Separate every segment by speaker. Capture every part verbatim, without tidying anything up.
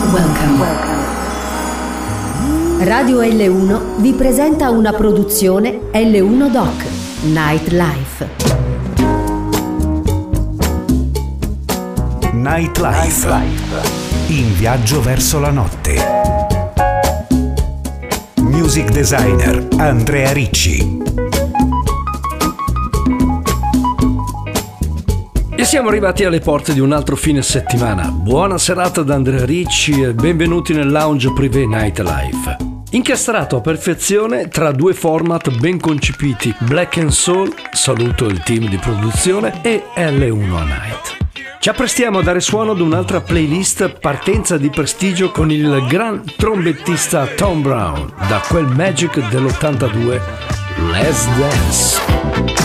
Speaker 1: Welcome. Radio L uno vi presenta una produzione L uno Doc Nightlife.
Speaker 2: Nightlife. In viaggio verso la notte. Music designer Andrea Ricci.
Speaker 3: E siamo arrivati alle porte di un altro fine settimana. Buona serata da Andrea Ricci e benvenuti nel lounge privé Nightlife. Incastrato a perfezione tra due format ben concepiti, Black and Soul, saluto il team di produzione, e L uno a Night. Ci apprestiamo a dare suono ad un'altra playlist partenza di prestigio con il gran trombettista Tom Brown, da quel Magic dell'ottantadue, Let's Dance.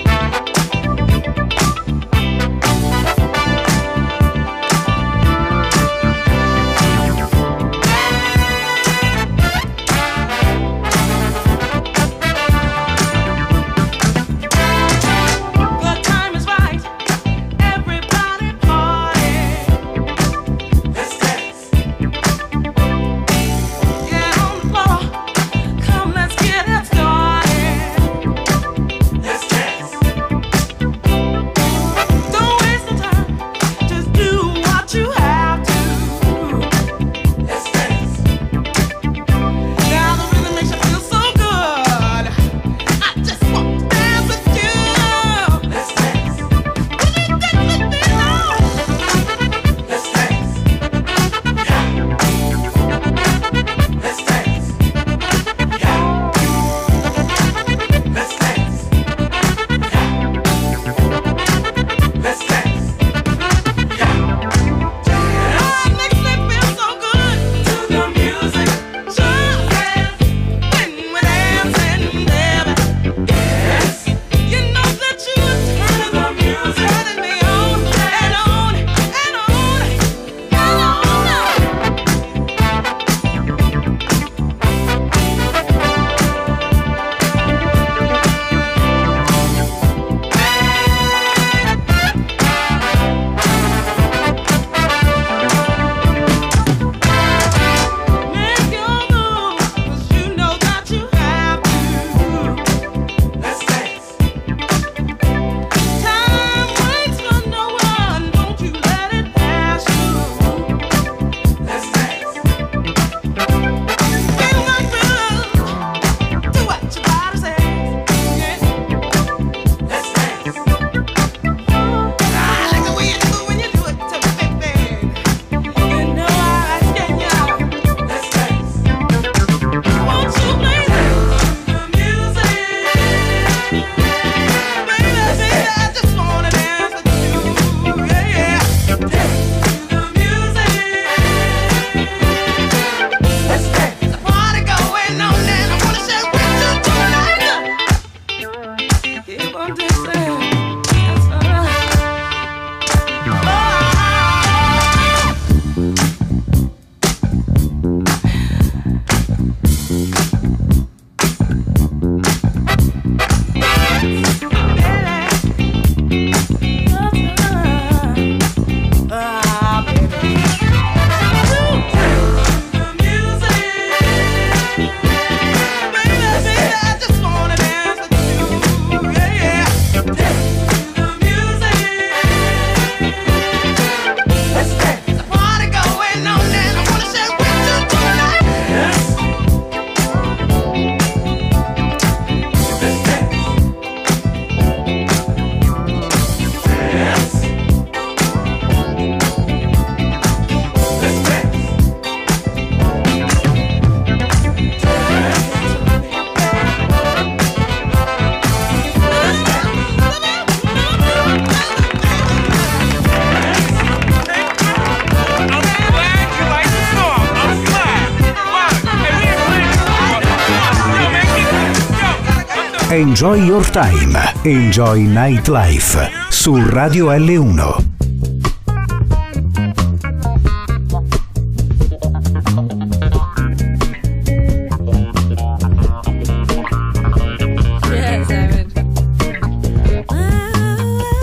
Speaker 2: Enjoy your time, enjoy Nightlife su Radio L uno.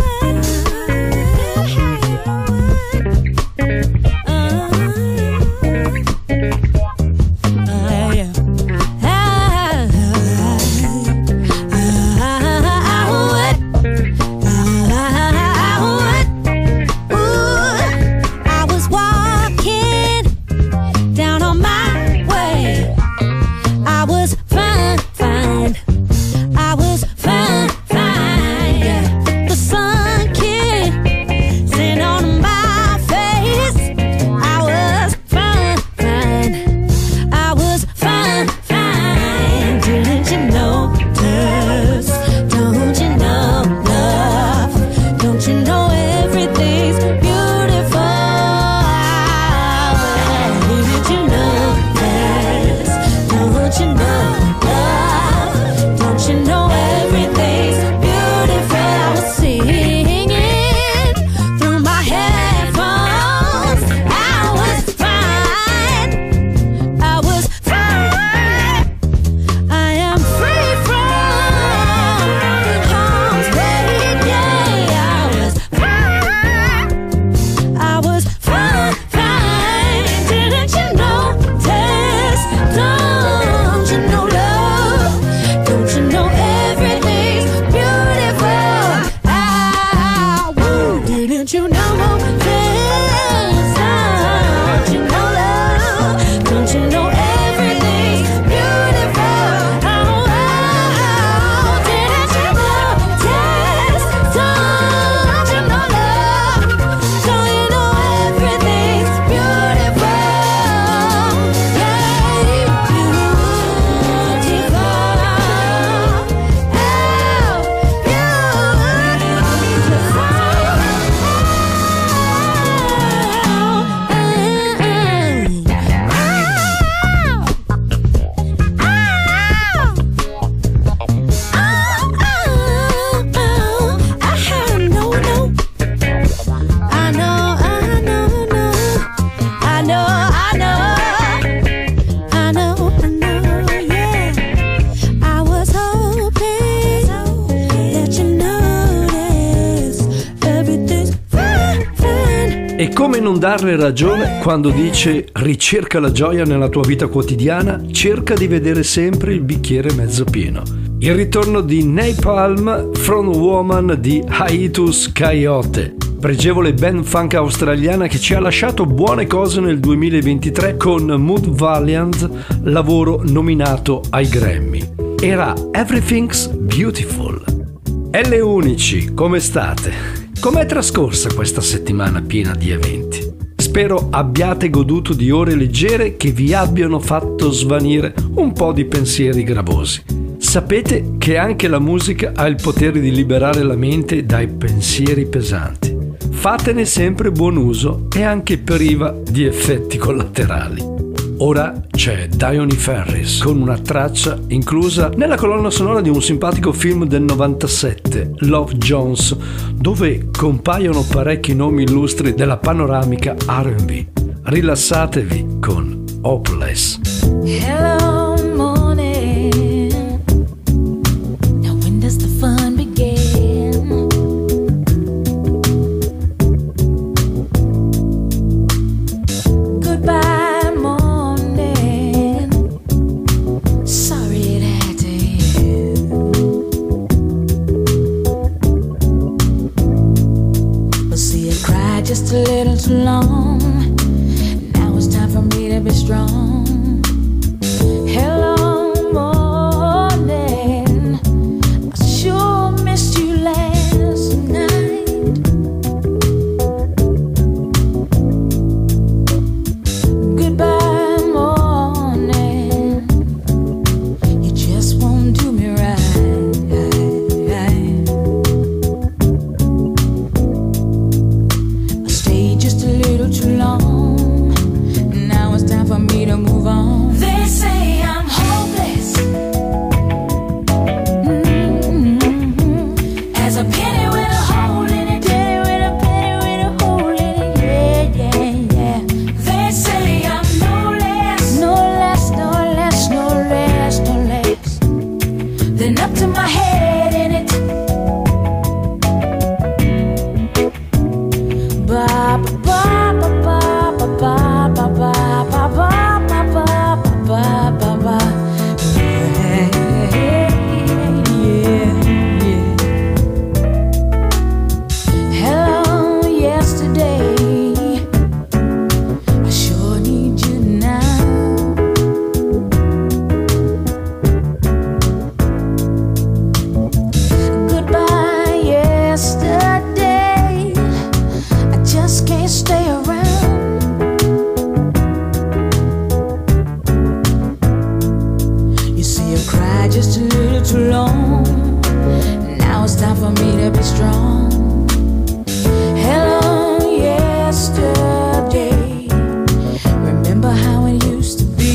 Speaker 4: Uh
Speaker 3: Puoi non darle ragione quando dice ricerca la gioia nella tua vita quotidiana, cerca di vedere sempre il bicchiere mezzo pieno. Il ritorno di Napalm, From Woman di Hiatus Coyote, pregevole band funk australiana che ci ha lasciato buone cose nel duemilaventitré con Mood Valiant, lavoro nominato ai Grammy. Era Everything's Beautiful. Elle Unici, come state? Com'è trascorsa questa settimana piena di eventi? Spero abbiate goduto di ore leggere che vi abbiano fatto svanire un po' di pensieri gravosi. Sapete che anche la musica ha il potere di liberare la mente dai pensieri pesanti. Fatene sempre buon uso e anche priva di effetti collaterali. Ora c'è Diony Ferris con una traccia inclusa nella colonna sonora di un simpatico film del novantasette, Love Jones, dove compaiono parecchi nomi illustri della panoramica R and B. Rilassatevi con Hopeless.
Speaker 4: Hello morning. Now when does the fun begin? Goodbye. Just a little too long. Now it's time for me to be strong. Hello morning. I sure missed you last night. Goodbye morning. You just won't do me right. Too long. Now it's time for me to move on. They say I'm hopeless. Mm-hmm. As a penny with a hole in it, penny with a penny with a hole in it, yeah, yeah, yeah. They say I'm no less, no less, no less, no less, no less than up to my head in it. Ba ba ba. Just a little too long. Now it's time for me to be strong. Hello, yesterday. Remember how it used to be.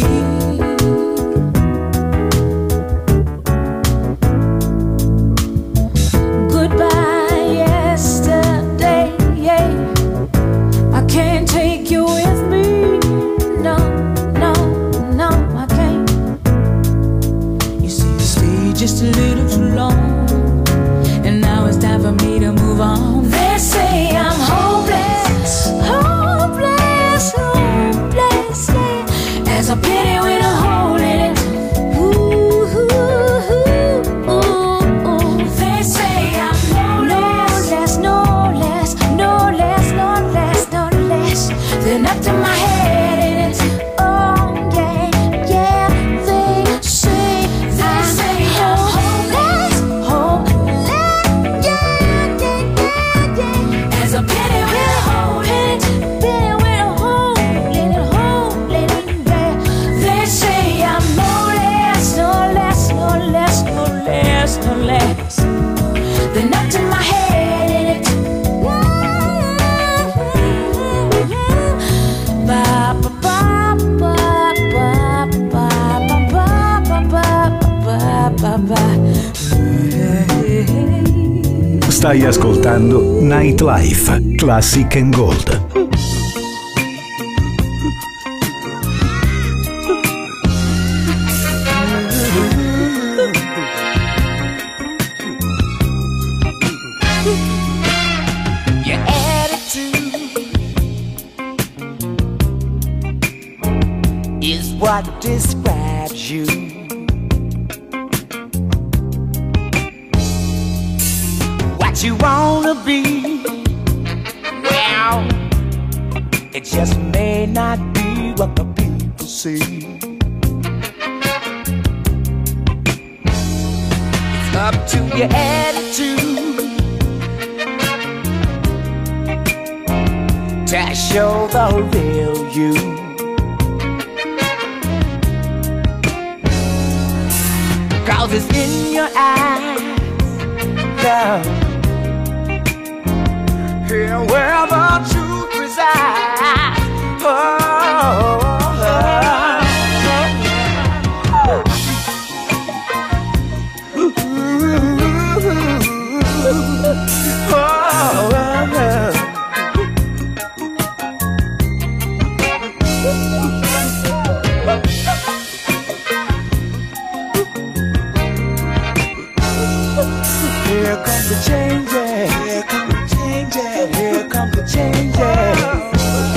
Speaker 4: Goodbye, yesterday. I can't take you with me. No, no, no, I can't. Just a little too long. And now it's time for me to move on. They say I'm hopeless, hopeless, hopeless, yeah. As a penny with a hole in it. Ooh, ooh, ooh, ooh, ooh. They say I'm no less, no less, no less, no less, no less than up to my head in it. Oh yeah, yeah. They say, they say no less than up to my head in it. Ba ba ba ba ba ba ba ba ba ba.
Speaker 2: Stai ascoltando Nightlife, Classic and Gold.
Speaker 4: Your attitude
Speaker 5: what describes you. What you wanna be, well, it just may not be what the people see. It's up to your attitude to show the real you. Cause it's in your eyes, love, here where the truth resides. Oh, oh, oh. Ooh, oh, oh. Here comes the changes, here come the changes, here come the changes.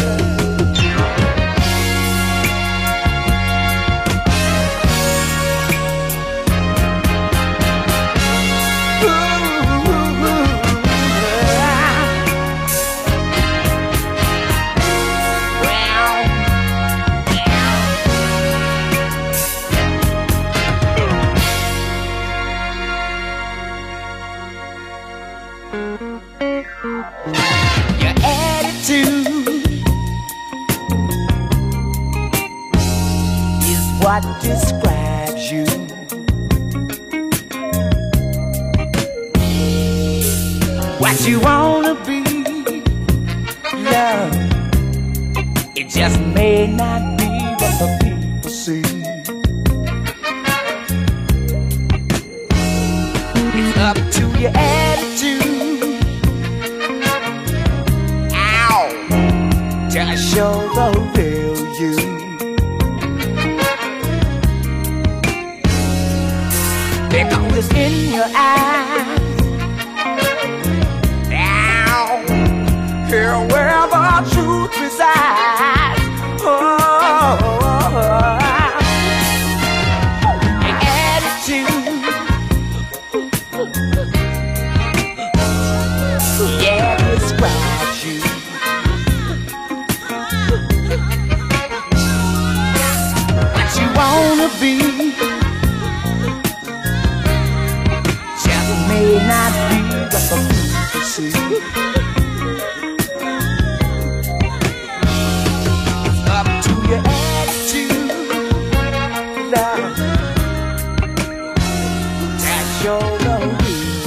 Speaker 5: Your attitude is what describes you. What you wanna be, love, it just may not be what the people see. It's up to your attitude to show the real you. Because it's in your eyes, now, here where the truth resides. Oh, oh, oh. Your attitude, yeah, describes you. Wanna be, just may not be what the people see. It's up to your attitude, love, that's your love.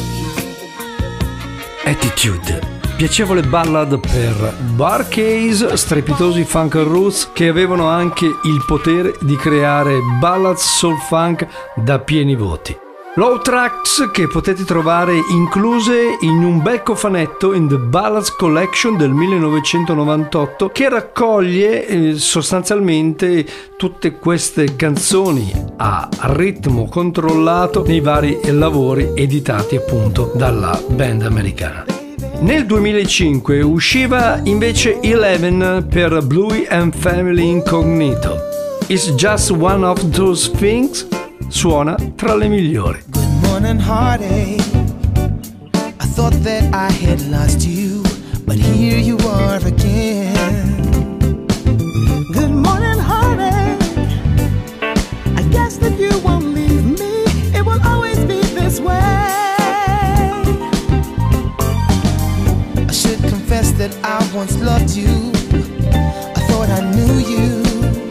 Speaker 3: Attitude. Piacevole ballad per Bar-Kays, strepitosi funk roots che avevano anche il potere di creare ballad soul funk da pieni voti. Low tracks che potete trovare incluse in un bel cofanetto in The Ballads Collection del millenovecentonovantotto che raccoglie eh, sostanzialmente tutte queste canzoni a ritmo controllato nei vari lavori editati appunto dalla band americana. Nel duemilacinque usciva invece Eleven per Bluey and Family Incognito. It's Just One of Those Things suona tra le migliori.
Speaker 6: Good morning, heartache. I thought that I had lost you, but here you are again. Good morning, heartache. I guess that you won't leave me. It will always be this way. I should confess that I once loved you. I thought I knew you.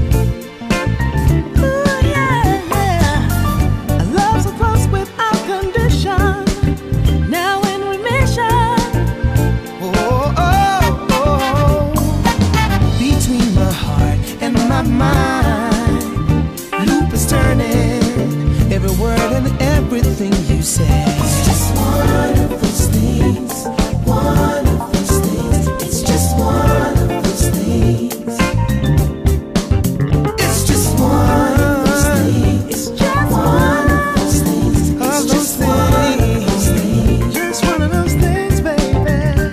Speaker 6: Ooh, yeah, yeah. A love so close without condition. Now in remission. Oh, oh, oh. Between my heart and my mind, loop is turning. Every word and everything you say. It's just one of those things. One of those things. It's just one of those things. It's just one of those things. It's just one of those things. It's just one of those things. Just one of those things, baby.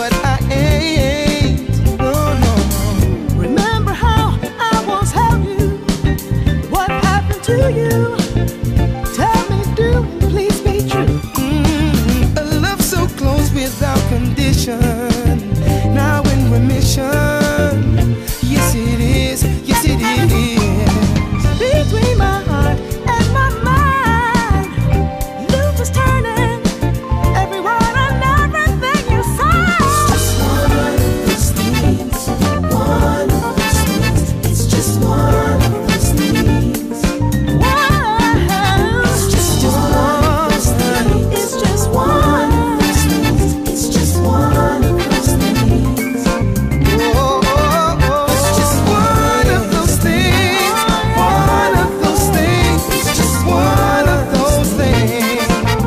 Speaker 6: what I ain't. No, no, no. Remember how I once held you? What happened to you? Tell me, do please be true. Mm-hmm. A love so close without condition, now in remission. Yes it is, yes it is. Between my heart and my mind, loop is turning. Every word and everything you say. It's just one of those things. One of those things. It's just one of those things. Wow. It's just, just one of those things. It's just one of those things. It's just one of those things. Oh, oh, oh. It's just one of those things. One of those things. It's just one of those things.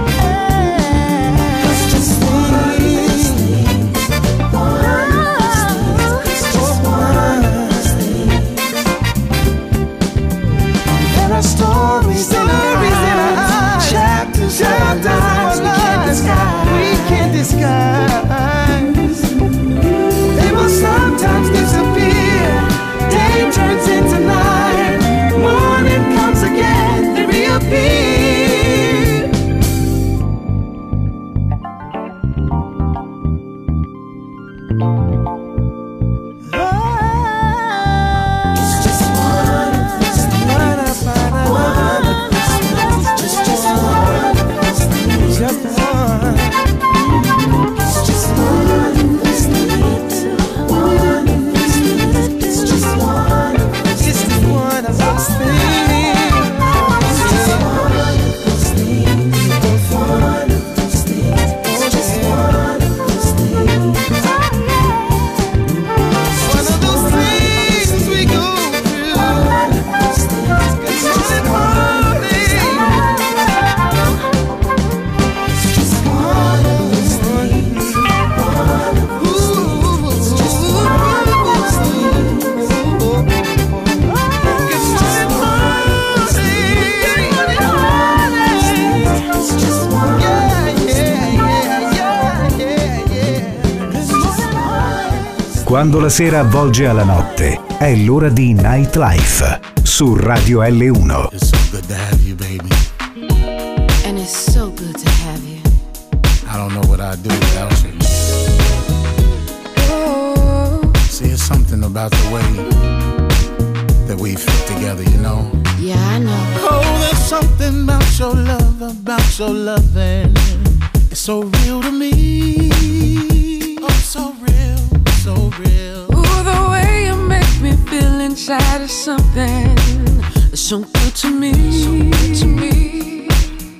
Speaker 6: It's just one of those things. One of those things. It's just one of those things. There are stories in our eyes, chapters of our lives we can't disguise. We can't disguise. They will sometimes disappear. Day turns into night. Morning comes again. They reappear. It's just one of those things. One of those things. Just, just one of those things. Just one. It's just one of those things. One of those things. It's just one of those things. It's just one of those things. It's just one of those things. One of those things. It's just one of those things. One of those things we go through. One of those things. It's just one of those things. It's just one of those things. One of those things. It's just one of those things. It's just one of those things. It's just one. Yeah, yeah, yeah, yeah, yeah, yeah. It's just one.
Speaker 2: Quando la sera avvolge alla notte, è l'ora di Nightlife su Radio L uno.
Speaker 7: It's so good to have you, baby.
Speaker 4: And it's so good to have you.
Speaker 7: I don't know what I'd do without you.
Speaker 4: Oh,
Speaker 7: See, it's something about the way that we fit together, you know.
Speaker 4: yeah, I know.
Speaker 7: Oh, there's something about your love, about your loving. It's so real to me. Oh, so real, so real.
Speaker 4: Ooh, the way you make me feel inside is something so good to me. So good to me.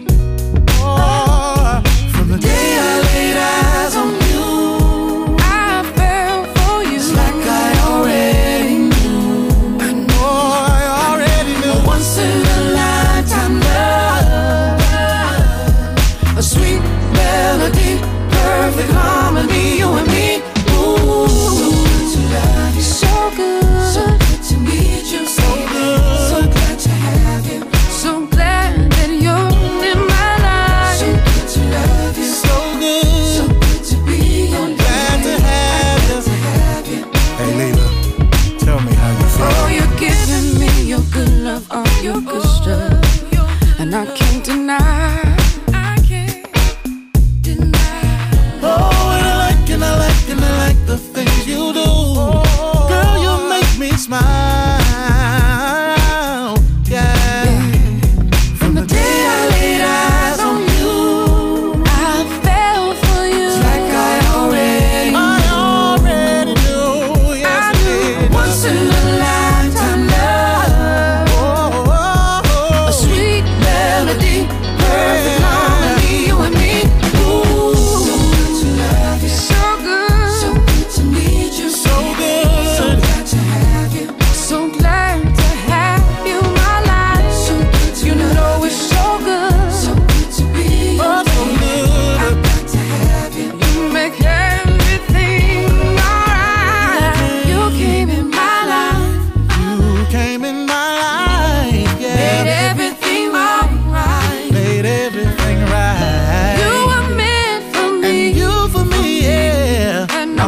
Speaker 7: Oh, from the day I laid eyes on you,
Speaker 4: I fell for you.
Speaker 7: it's like I already knew. I know I already knew.
Speaker 4: Once in a lifetime love, a sweet melody, perfect harmony, you and me. Ooh, so good to love you, so good, so good to meet you, so good, so glad to have you, so glad that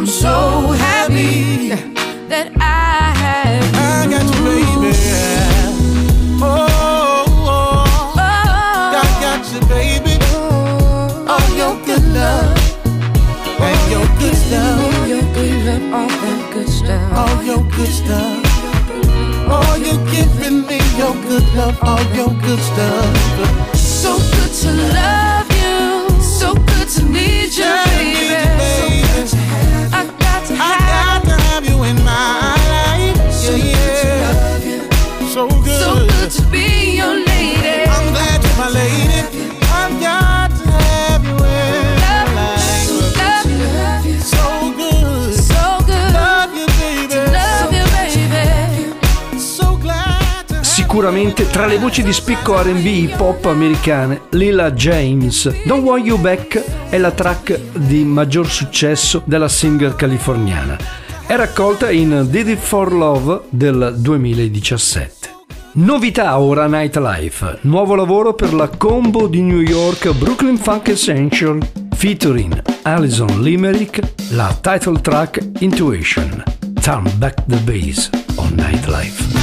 Speaker 6: I'm so happy
Speaker 4: that I have
Speaker 6: I got you, baby. Oh, oh, oh. I got you, baby. All your good love and your good stuff,
Speaker 4: your good love, all that good stuff.
Speaker 6: all your good stuff. Oh, you're giving me your good love, all your good stuff.
Speaker 4: So good to love you, so good to need you, baby. I got to
Speaker 6: I
Speaker 4: have,
Speaker 6: got to have you in my life.
Speaker 4: so
Speaker 6: Yeah,
Speaker 4: good to
Speaker 6: yeah.
Speaker 4: love you,
Speaker 6: So good.
Speaker 4: so good to be your lady.
Speaker 6: I'm glad you're my lady. I've got to have you in my life.
Speaker 4: Love you, love you,
Speaker 6: So good.
Speaker 4: so good.
Speaker 6: Love you, baby.
Speaker 4: Love you, baby.
Speaker 6: So glad to have
Speaker 3: Sicuramente tra le voci di spicco R and B hip hop americane, Lila James, Don't Want You Back è la track di maggior successo della singer californiana. È raccolta in Did It For Love del duemiladiciassette. Novità ora Nightlife, nuovo lavoro per la combo di New York Brooklyn Funk Essential featuring Alison Limerick, la title track Intuition. Turn back the bass on Nightlife.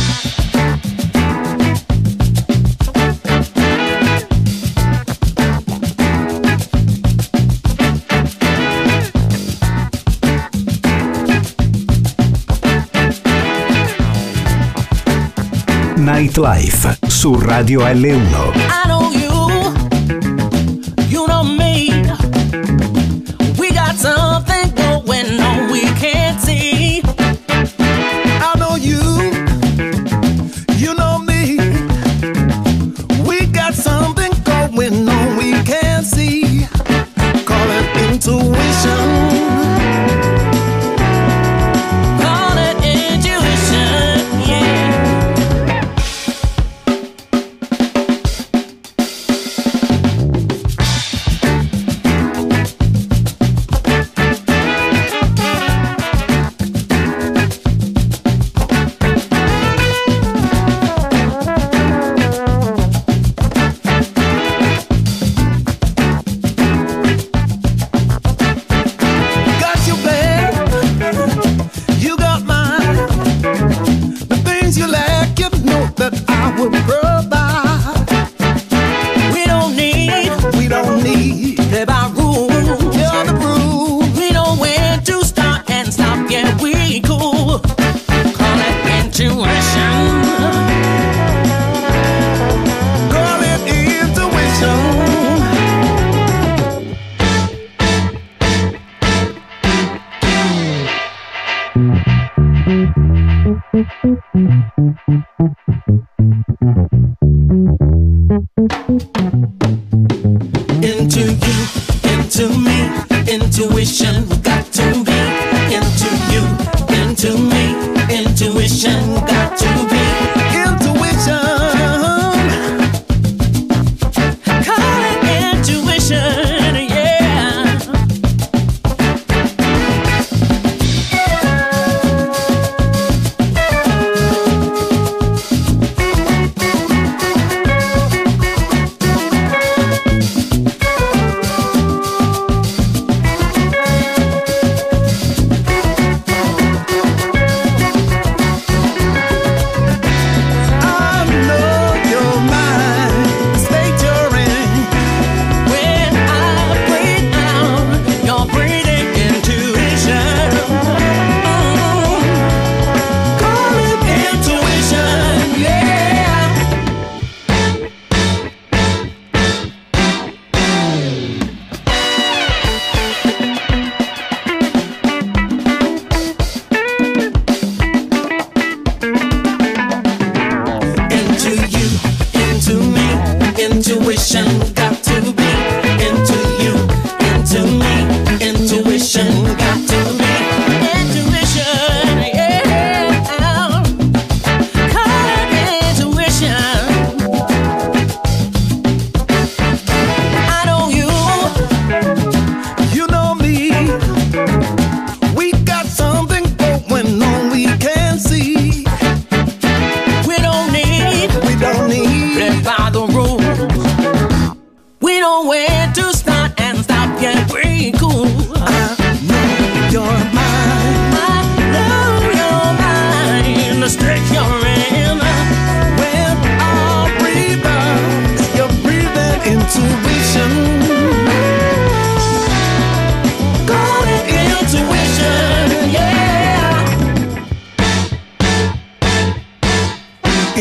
Speaker 2: Nightlife su Radio L uno.
Speaker 5: I know you, you know me. We got something going on we can't see.
Speaker 6: I know you, you know me. We got something going on we can't see. Call it intuition.
Speaker 5: Call it intuition, yeah.
Speaker 6: Got you, babe. You got mine. The things you lack, you know that I will provide.
Speaker 5: We don't need
Speaker 6: We don't need
Speaker 5: play by rules.
Speaker 6: you're the rule.
Speaker 5: We know when to start and stop, yeah, we cool. Call it intuition.
Speaker 6: Call it intuition.
Speaker 5: Into you, into me, intuition got to be. Into you, into me, intuition got to be.
Speaker 6: Intuition.
Speaker 5: Call it intuition, yeah.
Speaker 6: I know your mind, the state you're in.
Speaker 5: When I breathe out, you're breathing intuition. Mm. Call it intuition, yeah. Into you, into me, intuition got to be. Into you, into me, intuition got to be. Intuition, yeah. Call it intuition. I know you,
Speaker 6: You know me. We got something going on we can't see.
Speaker 5: we don't need
Speaker 6: We don't need
Speaker 5: play by the rules. We know when to start and stop, yeah, we cool.
Speaker 6: I know you're mine.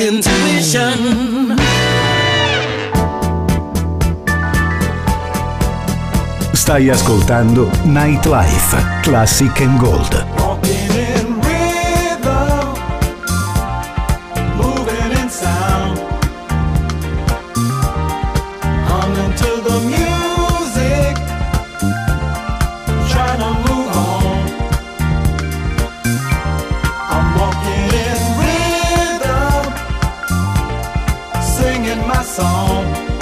Speaker 5: intuition.
Speaker 2: Stai ascoltando Nightlife, Classic and Gold.
Speaker 7: Walking in rhythm, moving in sound, humming to the music, trying to move on. I'm walking in rhythm, singing my song,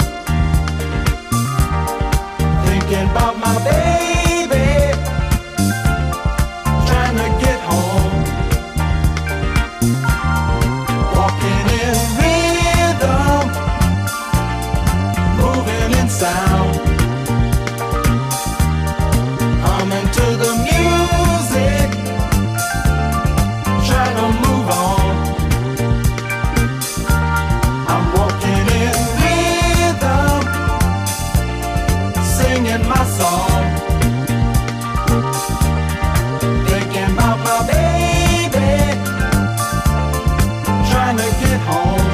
Speaker 7: thinking about my baby, trying to get home. Walking in rhythm, moving in sound, humming to the music, trying to move on. I'm walking in rhythm, singing my song, thinking about my baby, trying to get home.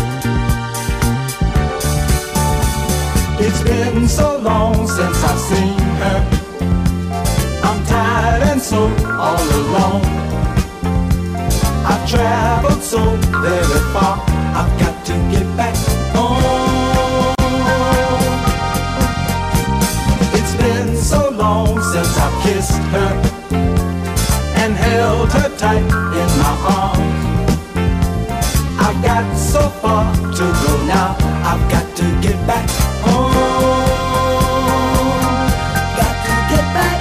Speaker 7: It's been so long since I've seen her, I'm tired and so all alone. I've traveled so very far, I've got to get back home. It's been so long since I've kissed her and held her tight in my arms. I've got so far to go now, I've got to get back home. Got to get back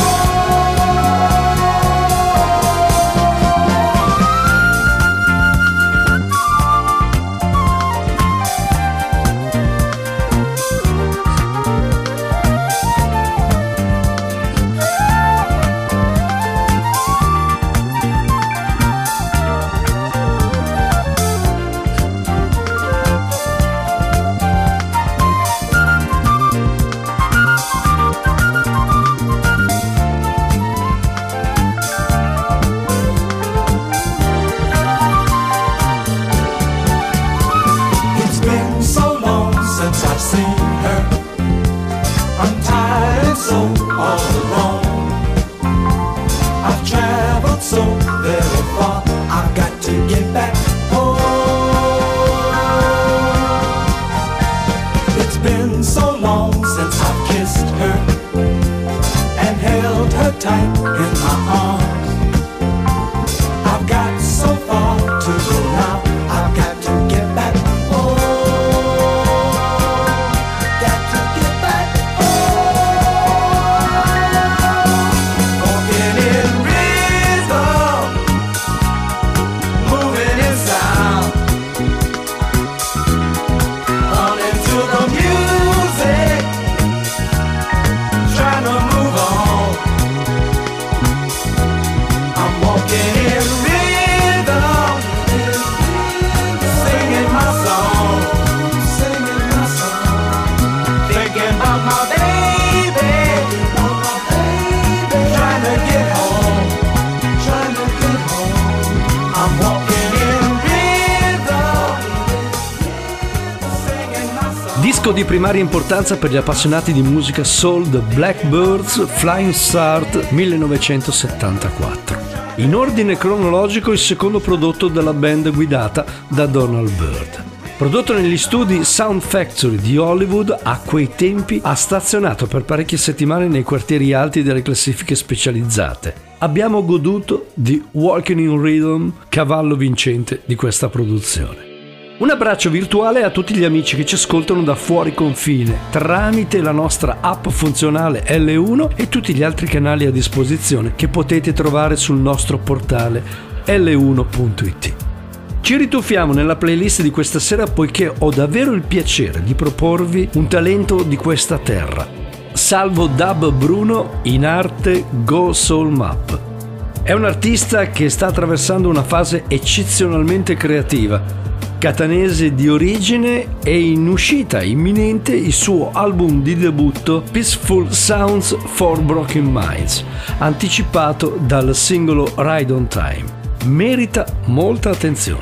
Speaker 3: Disco di primaria importanza per gli appassionati di musica soul, The Blackbirds, Flying Start millenovecentosettantaquattro. In ordine cronologico il secondo prodotto della band guidata da Donald Byrd. Prodotto negli studi Sound Factory di Hollywood, a quei tempi ha stazionato per parecchie settimane nei quartieri alti delle classifiche specializzate. Abbiamo goduto di Walking in Rhythm, cavallo vincente di questa produzione. Un abbraccio virtuale a tutti gli amici che ci ascoltano da fuori confine tramite la nostra app funzionale L uno e tutti gli altri canali a disposizione che potete trovare sul nostro portale L uno punto it. Ci rituffiamo nella playlist di questa sera poiché ho davvero il piacere di proporvi un talento di questa terra. Salvo Dub Bruno, in arte Go Soul Map. È un artista che sta attraversando una fase eccezionalmente creativa. Catanese di origine e in uscita imminente il suo album di debutto Peaceful Sounds for Broken Minds, anticipato dal singolo Ride on Time. Merita molta attenzione.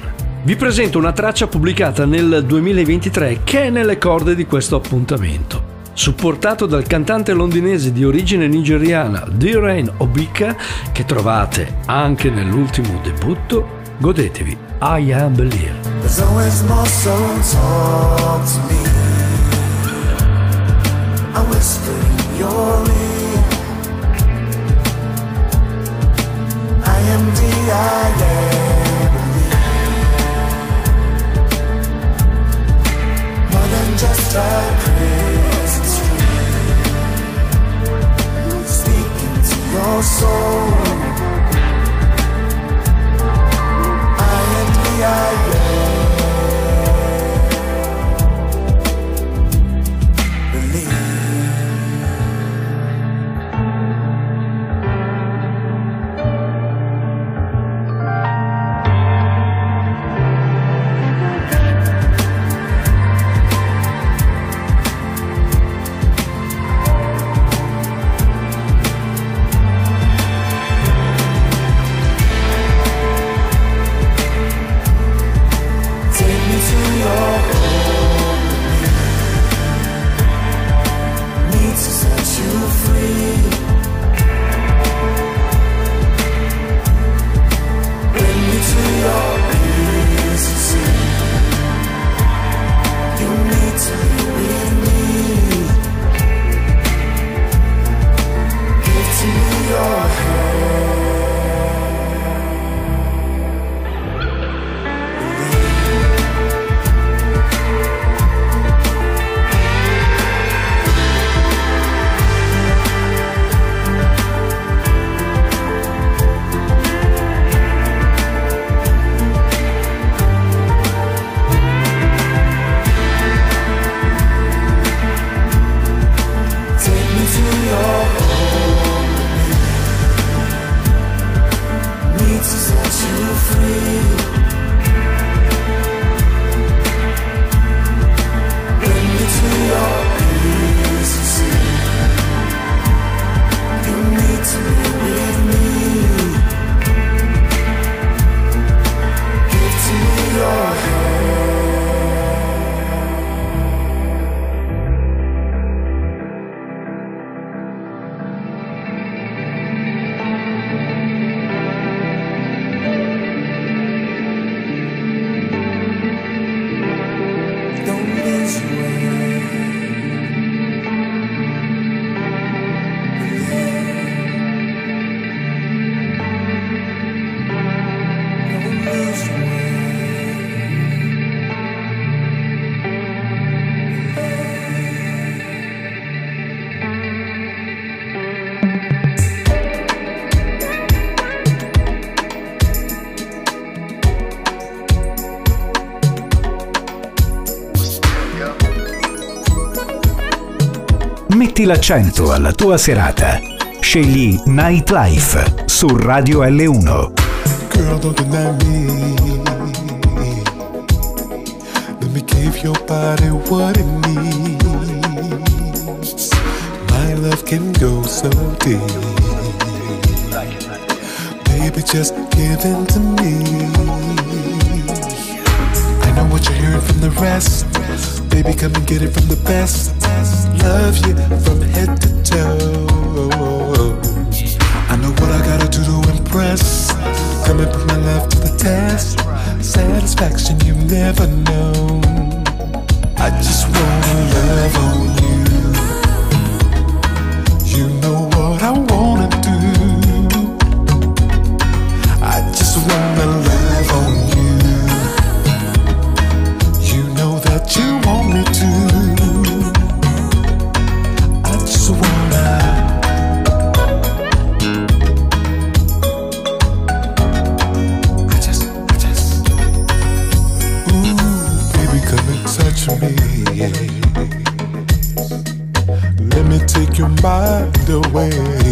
Speaker 3: Vi presento una traccia pubblicata nel duemilaventitré che è nelle corde di questo appuntamento. Supportato dal cantante londinese di origine nigeriana D-Rain Obika, che trovate anche nell'ultimo debutto, godetevi I Am Believer.
Speaker 8: There's always more, so talk to me. I whisper in your ear. I am the I am believer. More than just a Christmas tree. Speaking to your soul. I am the I am.
Speaker 2: Metti l'accento alla tua serata. Scegli Nightlife su Radio L uno.
Speaker 9: Girl, don't deny me. Let me give your body what it needs. My love can go so deep. Baby, just give in to me. I know what you're hearing from the rest. Baby, come and get it from the best. Love you from head to toe. I know what I gotta do to impress. Come and put my love to the test. Satisfaction you've never known. I just wanna love on you. You know what I wanna do. I just wanna love on you. You know that you want me to. Let me take your mind away.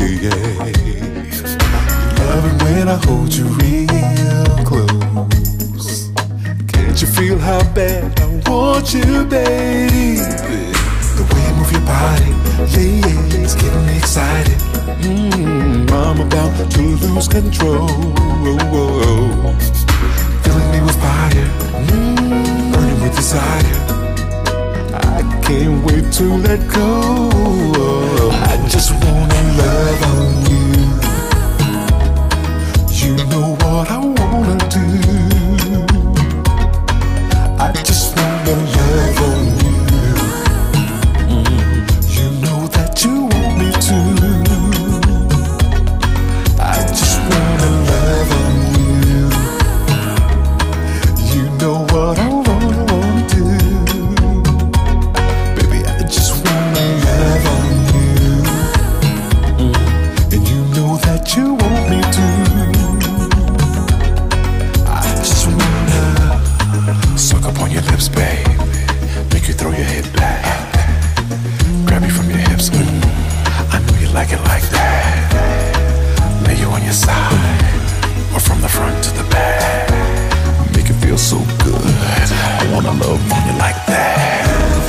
Speaker 9: Love it when I hold you real close. Can't you feel how bad I want you, baby? The way you move your body, yeah, it's getting me excited. Mm, I'm about to lose control. Filling me with fire. desire. I can't wait to let go. I just wanna love on you. You know what I wanna do. I just wanna love on you. Mm. You know that you want me to. I just wanna love on you. You know what I wanna, wanna do. Baby, I just wanna love on you. Mm. And you know that you want me to. Suck up on your lips, babe. Make you throw your head back. Grab you from your hips. Mm. I know you like it like that. Lay you on your side, or from the front to the back. Make it feel so good. I wanna love on you like that.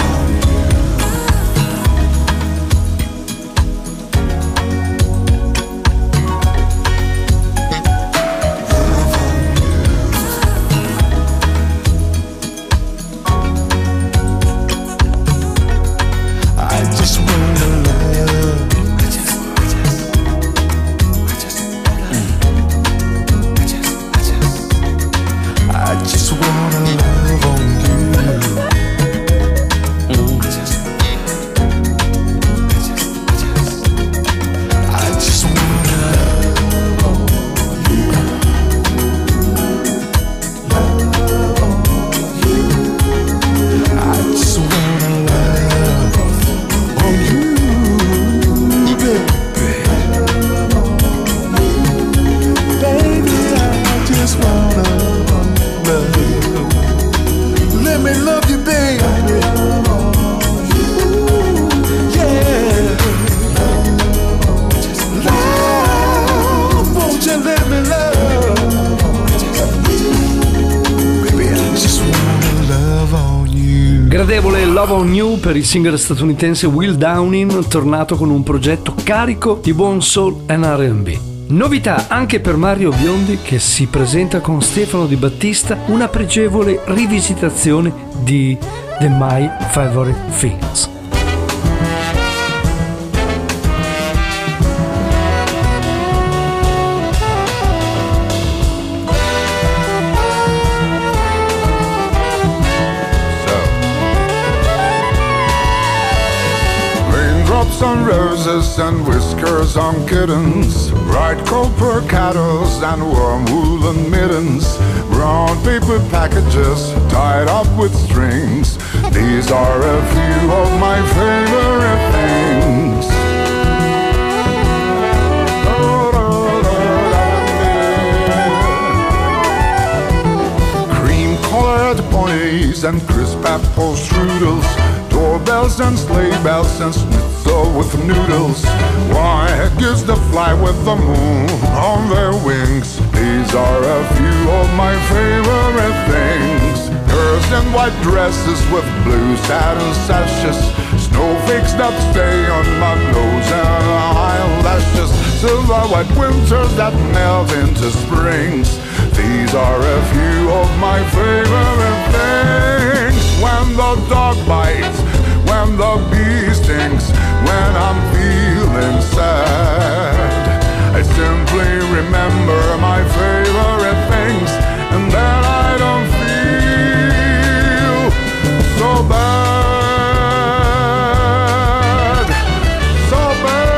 Speaker 3: Gradevole Love on You per il singer statunitense Will Downing, tornato con un progetto carico di buon soul e R and B. Novità anche per Mario Biondi, che si presenta con Stefano Di Battista, una pregevole rivisitazione di The My Favorite Things.
Speaker 10: On roses and whiskers on kittens, bright copper kettles and warm woolen mittens, brown paper packages tied up with strings. These are a few of my favorite things. Cream-colored ponies and crisp apple strudels, doorbells and sleigh bells and schnitzel with noodles. Why kiss the fly with the moon on their wings? These are a few of my favorite things. Girls in white dresses with blue satin sashes, snowflakes that stay on my nose and eyelashes, silver white winters that melt into springs. These are a few of my favorite things. When the dog bites, when the bee stings, when I'm feeling sad, I simply remember my favorite things, and then I don't feel so bad, so bad.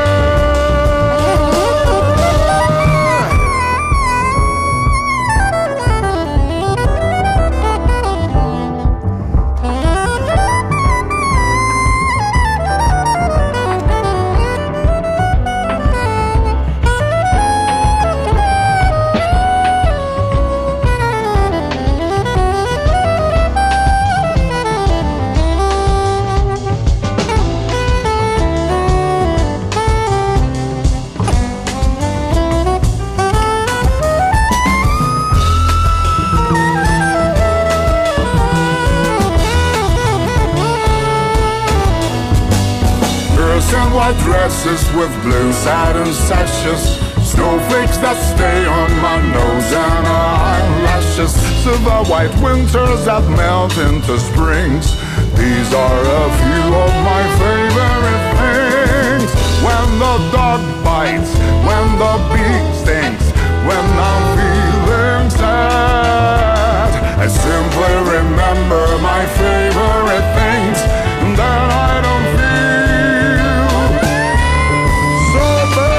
Speaker 10: White dresses with blue satin sashes, snowflakes that stay on my nose and eyelashes, delicious silver white winters that melt into springs. These are a few of my favorite things. When the dog bites, when the bee stings, when I'm feeling sad, I simply remember my favorite things, and then I don't feel so bad.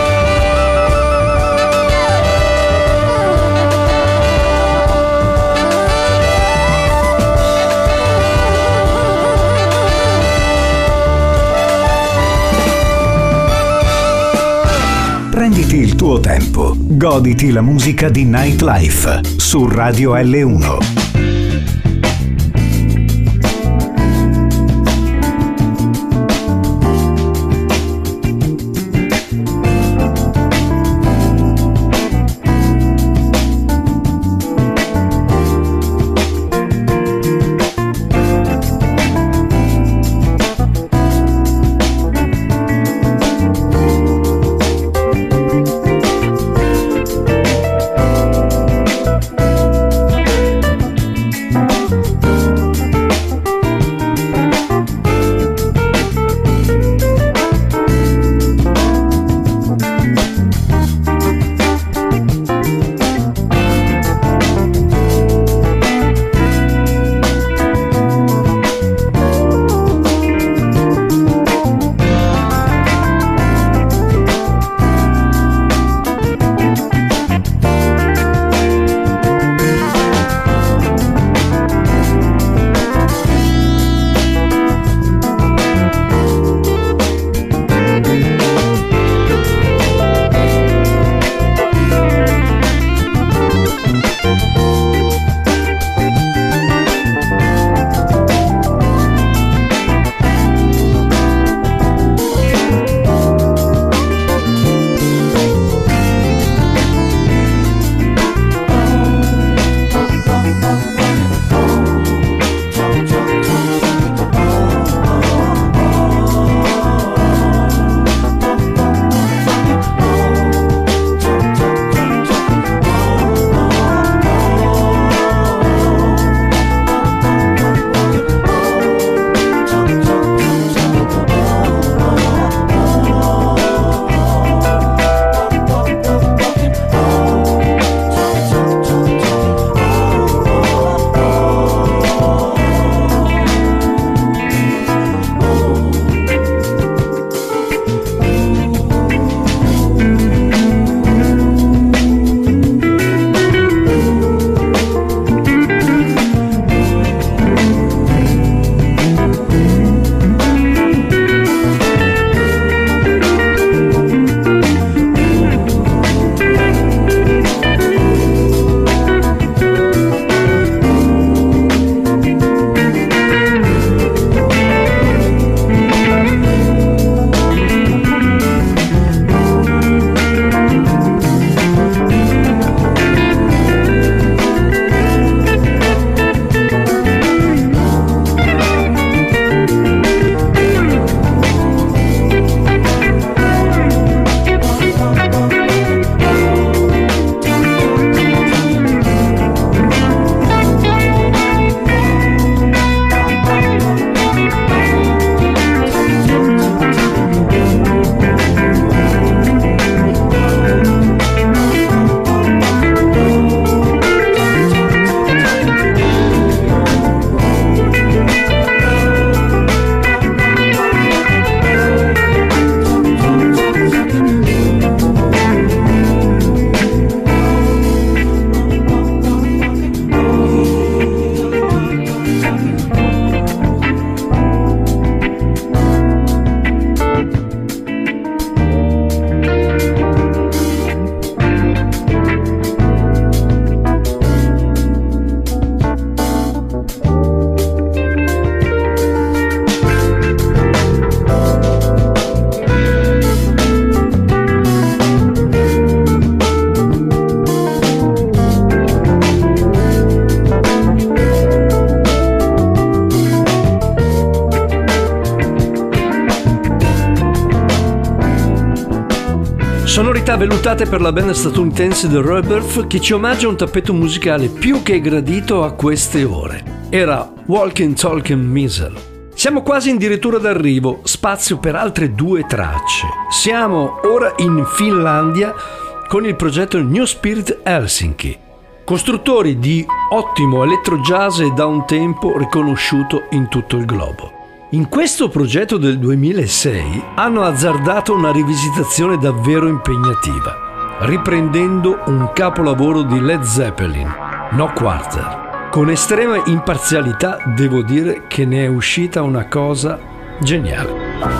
Speaker 2: Prenditi il tuo tempo, goditi la musica di Nightlife su Radio L uno.
Speaker 3: Sonorità vellutate per la band statunitense The Rebirth, che ci omaggia un tappeto musicale più che gradito a queste ore. Era Walking Talking Miser. Siamo quasi addirittura d'arrivo, spazio per altre due tracce. Siamo ora in Finlandia con il progetto New Spirit Helsinki, costruttori di ottimo electro jazz e da un tempo riconosciuto in tutto il globo. In questo progetto del duemilasei hanno azzardato una rivisitazione davvero impegnativa, riprendendo un capolavoro di Led Zeppelin, No Quarter. Con estrema imparzialità devo dire che ne è uscita una cosa geniale.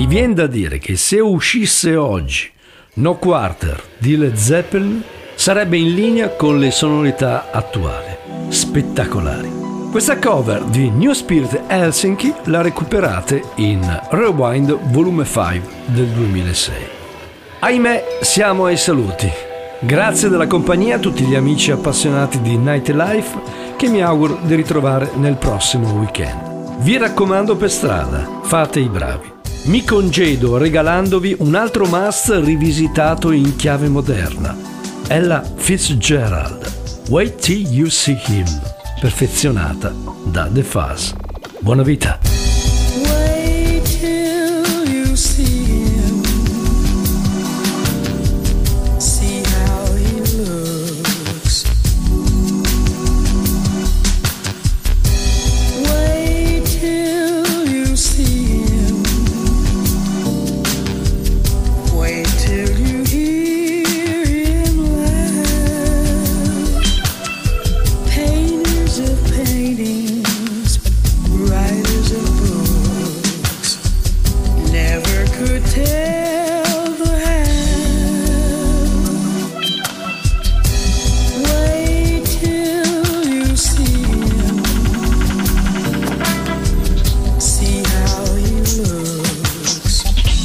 Speaker 3: viene da dire che se uscisse oggi No Quarter di Led Zeppelin sarebbe in linea con le sonorità attuali, spettacolari. Questa cover di New Spirit Helsinki la recuperate in Rewind Volume cinque del duemilasei. Ahimè, siamo ai saluti. Grazie della compagnia a tutti gli amici appassionati di Nightlife che mi auguro di ritrovare nel prossimo weekend. Vi raccomando per strada, fate i bravi. Mi congedo regalandovi un altro must rivisitato in chiave moderna. Ella Fitzgerald, Wait Till You See Him, perfezionata da The Fuzz. Buona vita!
Speaker 4: Wait till you see him, see how he looks. Wait till you see him, wait till you hear him laugh. Painters of paintings, writers of books, never could tell the half. Wait till you see him, see how he looks.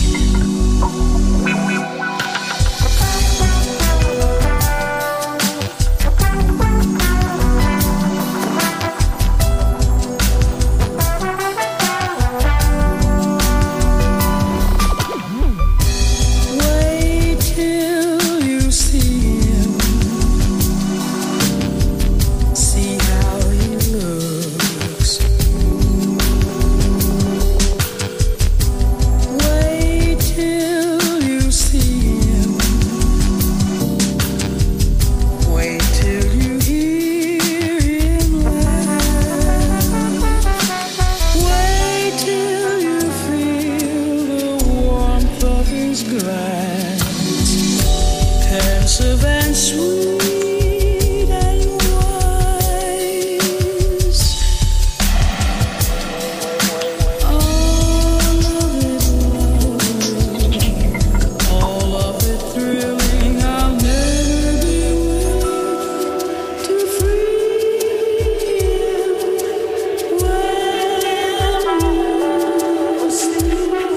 Speaker 4: Wait till you see him, see how he looks. Wait till you see him, wait till you hear him laugh. Wait till you feel the warmth of his glance, pensive and sweet and wise. All of it lovely, all of it thrilling. I'll never be willing to free him when you see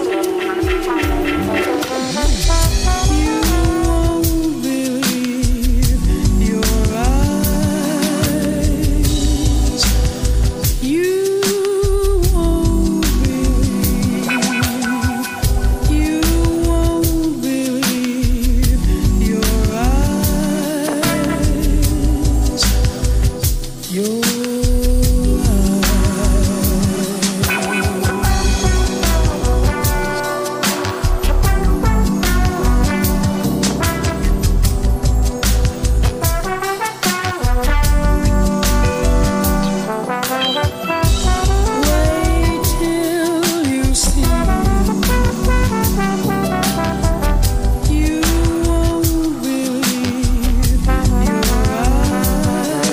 Speaker 4: you won't believe your eyes. You won't believe, you won't believe your eyes. Your eyes. Wait till you see him, you won't believe your eyes.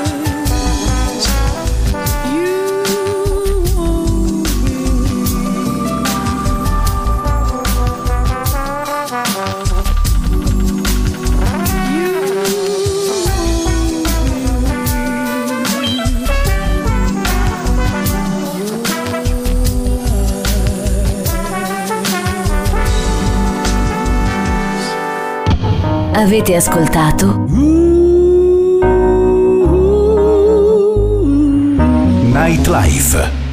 Speaker 4: You won't
Speaker 1: Avete ascoltato
Speaker 2: Nightlife.